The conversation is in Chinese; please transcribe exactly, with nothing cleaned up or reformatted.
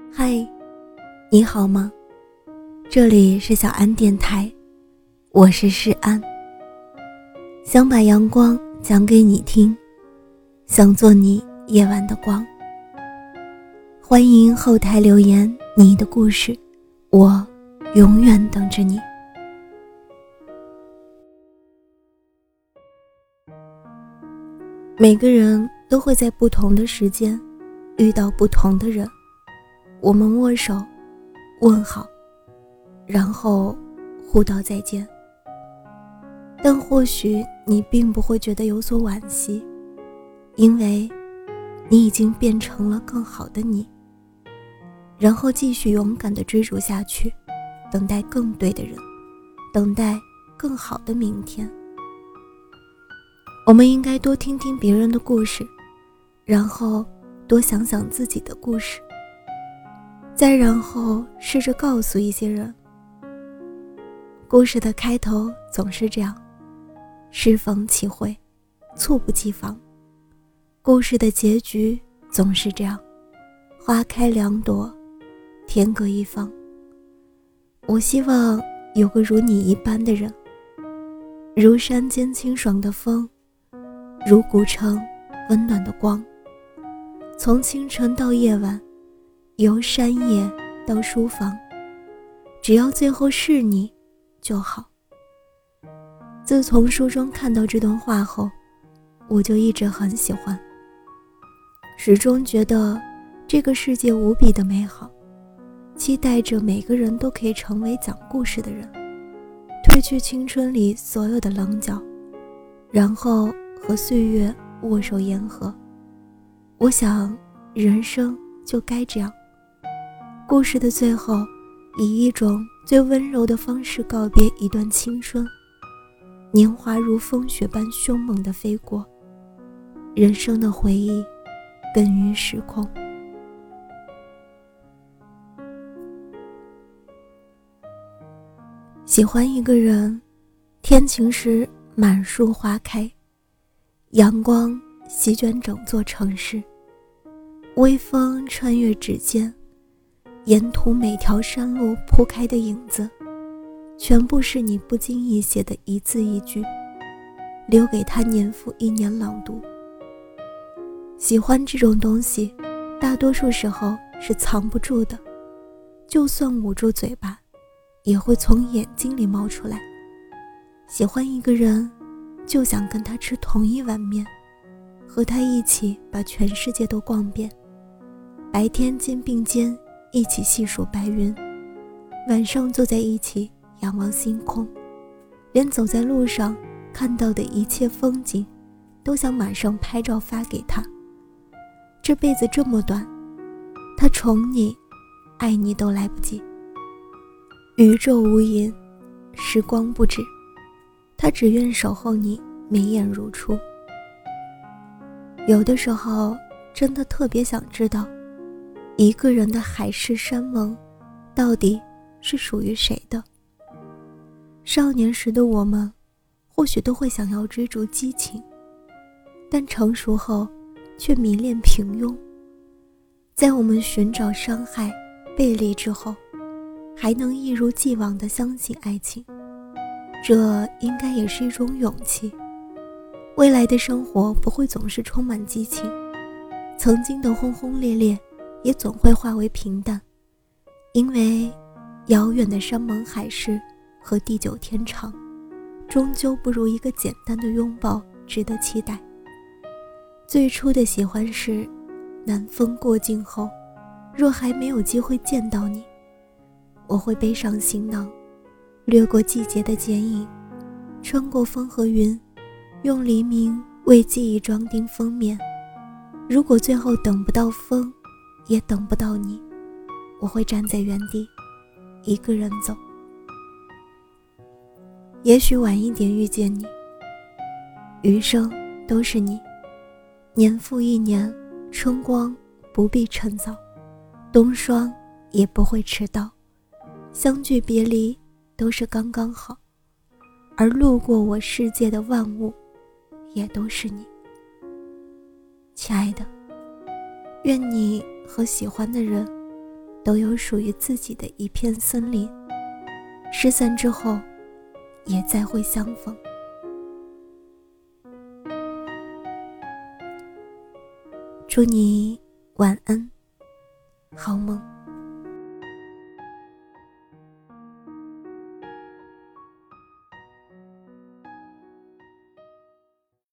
嗨，你好吗？这里是小安电台，我是诗安。想把阳光讲给你听，想做你夜晚的光。欢迎后台留言你的故事，我永远等着你。每个人都会在不同的时间遇到不同的人，我们握手问好，然后互道再见。但或许你并不会觉得有所惋惜，因为你已经变成了更好的你，然后继续勇敢地追逐下去，等待更对的人，等待更好的明天。我们应该多听听别人的故事，然后多想想自己的故事，再然后试着告诉一些人。故事的开头总是这样，适逢其会，猝不及防。故事的结局总是这样，花开两朵，天各一方。我希望有个如你一般的人，如山间清爽的风，如古城温暖的光，从清晨到夜晚，由山野到书房，只要最后是你就好。自从书中看到这段话后，我就一直很喜欢，始终觉得这个世界无比的美好，期待着每个人都可以成为讲故事的人，褪去青春里所有的棱角，然后和岁月握手言和。我想人生就该这样，故事的最后以一种最温柔的方式告别一段青春，年华如风雪般凶猛地飞过，人生的回忆根于时空。喜欢一个人，天晴时满树花开，阳光席卷整座城市，微风穿越指尖，沿途每条山路铺开的影子，全部是你不经意写的一字一句，留给他年复一年朗读。喜欢这种东西，大多数时候是藏不住的，就算捂住嘴巴，也会从眼睛里冒出来。喜欢一个人，就想跟他吃同一碗面，和他一起把全世界都逛遍，白天肩并肩一起细数白云，晚上坐在一起仰望星空，连走在路上看到的一切风景都想马上拍照发给他。这辈子这么短，他宠你爱你都来不及。宇宙无垠，时光不止，他只愿守候你眉眼如初。有的时候真的特别想知道，一个人的海誓山盟到底是属于谁的。少年时的我们或许都会想要追逐激情，但成熟后却迷恋平庸。在我们寻找伤害背离之后，还能一如既往地相信爱情，这应该也是一种勇气。未来的生活不会总是充满激情，曾经的轰轰烈烈也总会化为平淡，因为遥远的山盟海誓和地久天长，终究不如一个简单的拥抱值得期待。最初的喜欢是南风过境后，若还没有机会见到你，我会背上行囊，掠过季节的剪影，穿过风和云，用黎明为记忆装订封面。如果最后等不到风，也等不到你，我会站在原地，一个人走。也许晚一点遇见你，余生都是你。年复一年，春光不必趁早，冬霜也不会迟到，相聚别离都是刚刚好，而路过我世界的万物也都是你。亲爱的，愿你和喜欢的人都有属于自己的一片森林，失散之后也再会相逢。祝你晚安，好梦。